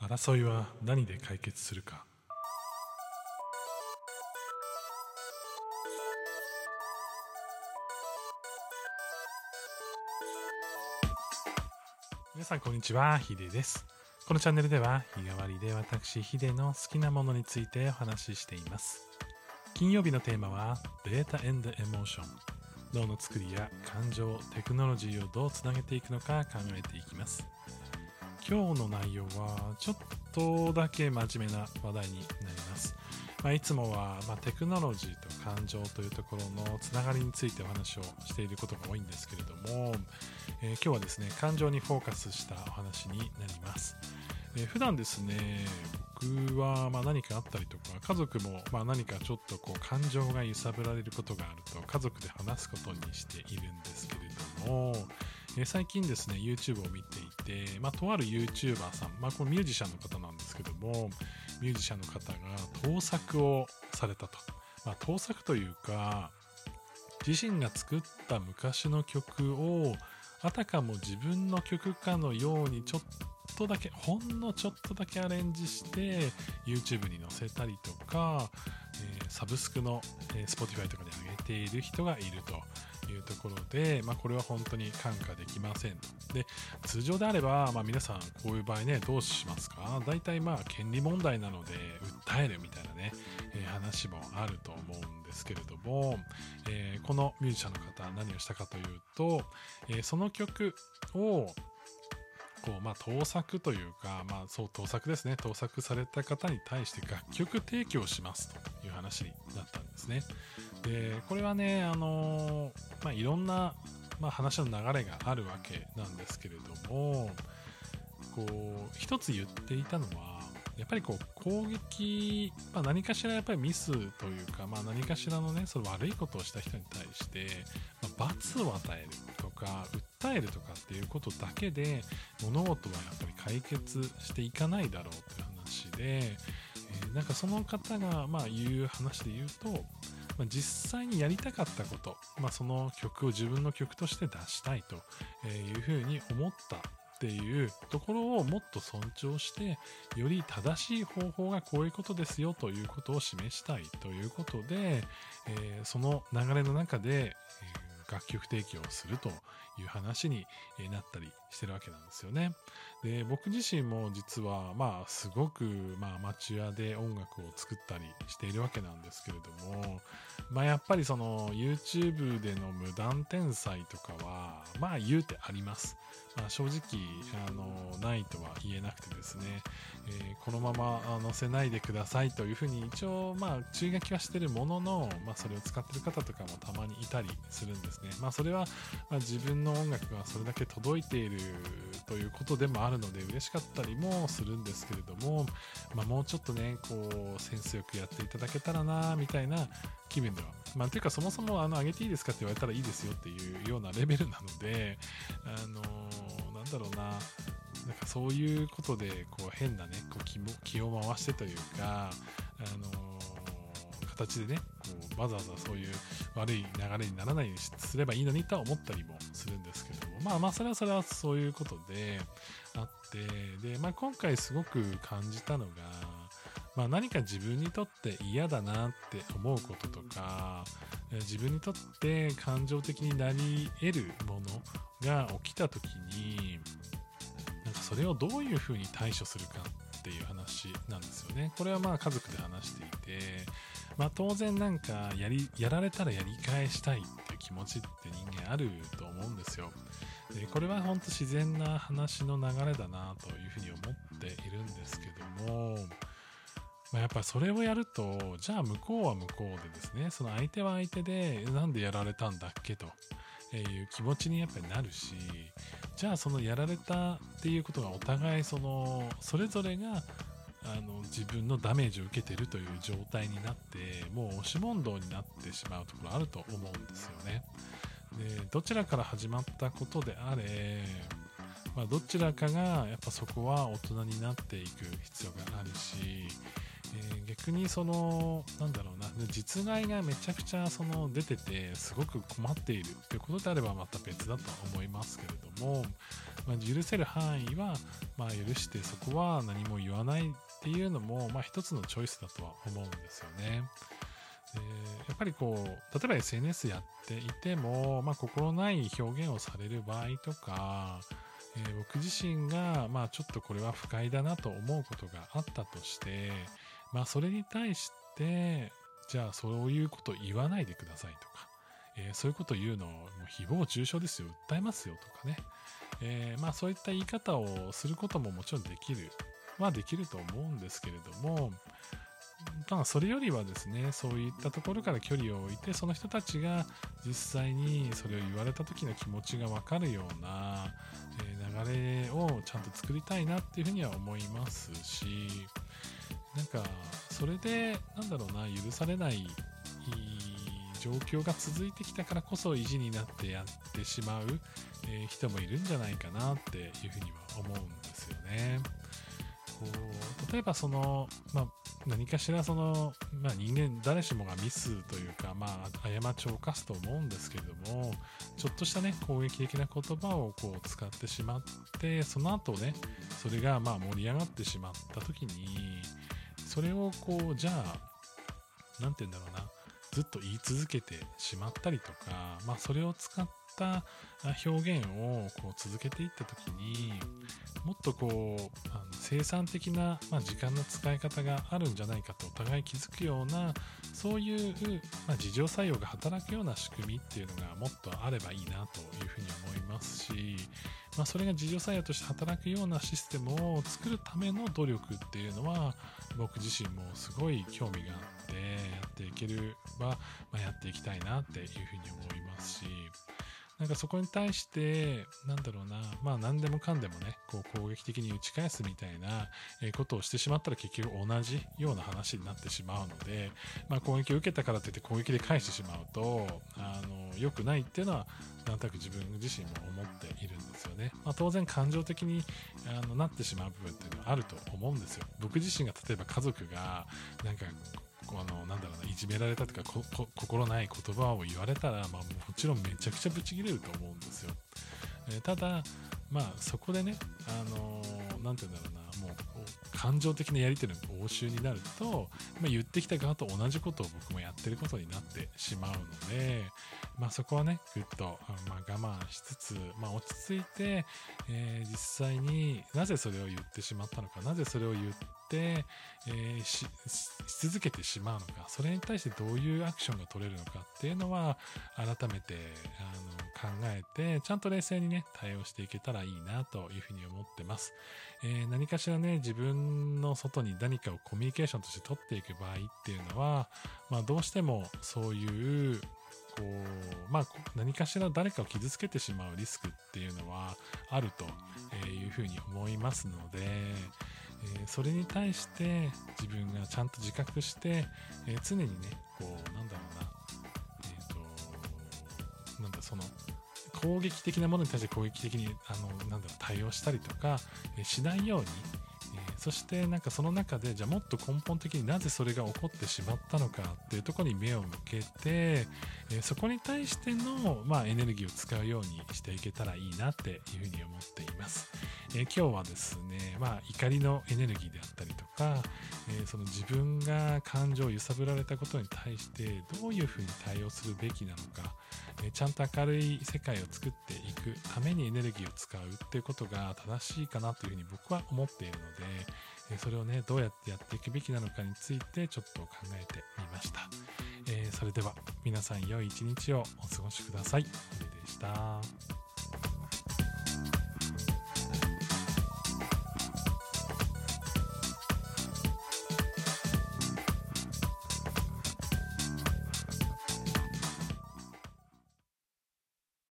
争いは何で解決するか。皆さんこんにちは、ヒデです。このチャンネルでは日替わりで私ヒデの好きなものについてお話ししています。金曜日のテーマはデータ&エモーション、脳の作りや感情、テクノロジーをどうつなげていくのか考えていきます。今日の内容はちょっとだけ真面目な話題になります。いつもは、テクノロジーと感情というところのつながりについてお話をしていることが多いんですけれども、今日はですね、感情にフォーカスしたお話になります。普段ですね、僕は何かあったりとか、家族も何かちょっと感情が揺さぶられることがあると家族で話すことにしているんですけれども、最近ですね YouTube を見ていて、とある YouTuber さん、これミュージシャンの方なんですけども、ミュージシャンの方が盗作をされたと。盗作というか、自身が作った昔の曲をあたかも自分の曲かのようにちょっとだけ、ほんのちょっとだけアレンジして YouTube に載せたりとか、サブスクの、Spotify とかに上げている人がいるというところで、これは本当に看過できません。で、通常であれば、皆さんこういう場合ね、どうしますか？大体権利問題なので訴えるみたいなね、話もあると思うんですけれども、このミュージシャンの方は何をしたかというと、その曲を盗作というか、そう盗作ですね。盗作された方に対して楽曲提供しますという話になったんですね。で、これはね、いろんな、話の流れがあるわけなんですけれども、一つ言っていたのは、やっぱり攻撃、何かしらやっぱりミスというか、何かしらのね、その悪いことをした人に対して、罰を与えるとか、訴えるとかっていうことだけで、物事はやっぱり解決していかないだろうという話で、その方が言う話で言うと、実際にやりたかったこと、その曲を自分の曲として出したいというふうに思ったっていうところをもっと尊重して、より正しい方法がこういうことですよということを示したいということで、その流れの中で、楽曲提供をするという話になったりしてるわけなんですよね。で、僕自身も実はすごくアマチュアで音楽を作ったりしているわけなんですけれども、やっぱりその YouTube での無断転載とかは言うてあります。正直ないとは言えなくてですね、このまま載せないでくださいというふうに一応注意書きはしてるものの、それを使ってる方とかもたまにいたりするんですね。それは自分の音楽がそれだけ届いているということでもあるので嬉しかったりもするんですけれども、もうちょっとねセンスよくやっていただけたらなみたいな気分では、というかそもそも上げていいですかって言われたらいいですよっていうようなレベルなので、なんだろうな、そういうことで変なね気を回してというか、形でねわざわざそういう悪い流れにならないようにすればいいのにとは思ったりもするんですけども、それはそういうことであって、で、今回すごく感じたのが、何か自分にとって嫌だなって思うこととか、自分にとって感情的になり得るものが起きた時に、それをどういうふうに対処するかっていう話なんですよね。これは家族で話していて、当然やられたらやり返したいっていう気持ちって人間あると思うんですよ。で、これは本当自然な話の流れだなというふうに思っているんですけども、やっぱそれをやると、じゃあ向こうは向こうでですね、その相手は相手でなんでやられたんだっけという気持ちにやっぱりなるし、じゃあそのやられたっていうことがお互いそれぞれが自分のダメージを受けているという状態になって、もう押し問答になってしまうところあると思うんですよね。で、どちらから始まったことであれ、どちらかがやっぱそこは大人になっていく必要があるし、 逆になんだろうな、実害がめちゃくちゃ出ててすごく困っているということであればまた別だと思いますけれども、許せる範囲は、許してそこは何も言わないっていうのも、一つのチョイスだとは思うんですよね。やっぱり例えば SNS やっていても、心ない表現をされる場合とか、僕自身が、ちょっとこれは不快だなと思うことがあったとして、それに対して、じゃあそういうこと言わないでくださいとか、そういうこと言うのもう誹謗中傷ですよ、訴えますよとかね、そういった言い方をすることももちろんできると思うんですけれども、それよりはですね、そういったところから距離を置いて、その人たちが実際にそれを言われた時の気持ちが分かるような、流れをちゃんと作りたいなっていうふうには思いますし、それで許されない状況が続いてきたからこそ意地になってやってしまう、人もいるんじゃないかなっていうふうには思うんですよね。例えば何かしら人間誰しもがミスというか、過ちを犯すと思うんですけれども、ちょっとしたね攻撃的な言葉を使ってしまって、その後ねそれが盛り上がってしまった時に、それをじゃあなんて言うんだろうな、ずっと言い続けてしまったりとか、それを使った表現を続けていった時に、もっと生産的な、時間の使い方があるんじゃないかとお互い気づくような、そういう、自浄作用が働くような仕組みっていうのがもっとあればいいなというふうに思いますし、それが自浄作用として働くようなシステムを作るための努力っていうのは、僕自身もすごい興味があってやっていければ、やっていきたいなっていうふうに思いますし、そこに対して何でもかんでもね攻撃的に打ち返すみたいなことをしてしまったら結局同じような話になってしまうので、攻撃を受けたからといって攻撃で返してしまうと良くないっていうのはなんとなく自分自身も思っているんですよね。当然感情的になってしまう部分っていうのはあると思うんですよ。僕自身が例えば家族がいじめられたとか心ない言葉を言われたら、もちろんめちゃくちゃブチ切れると思うんですよ。ただそこでねもう感情的なやり取りの応酬になると、言ってきた側と同じことを僕もやってることになってしまうので、そこはねぐっと我慢しつつ、落ち着いて、実際になぜそれを言ってしまったのか、なぜそれを言ってし続けてしまうのか、それに対してどういうアクションが取れるのかっていうのは改めて考えて、ちゃんと冷静にね対応していけたらいいなというふうに思ってます。何かしらね自分の外に何かをコミュニケーションとして取っていく場合っていうのは、どうしてもそういう何かしら誰かを傷つけてしまうリスクっていうのはあるというふうに思いますので、それに対して自分がちゃんと自覚して、常にね攻撃的なものに対して攻撃的に対応したりとかしないように、そしてその中でじゃあもっと根本的になぜそれが起こってしまったのかっていうところに目を向けて、そこに対しての、エネルギーを使うようにしていけたらいいなっていうふうに思っています。今日はですね、怒りのエネルギーであったりとか、その自分が感情を揺さぶられたことに対してどういうふうに対応するべきなのか、ちゃんと明るい世界を作っていくためにエネルギーを使うっていうことが正しいかなというふうに僕は思っているので、それをねどうやってやっていくべきなのかについてちょっと考えてみました。それでは皆さん良い一日をお過ごしください。ヒデでした。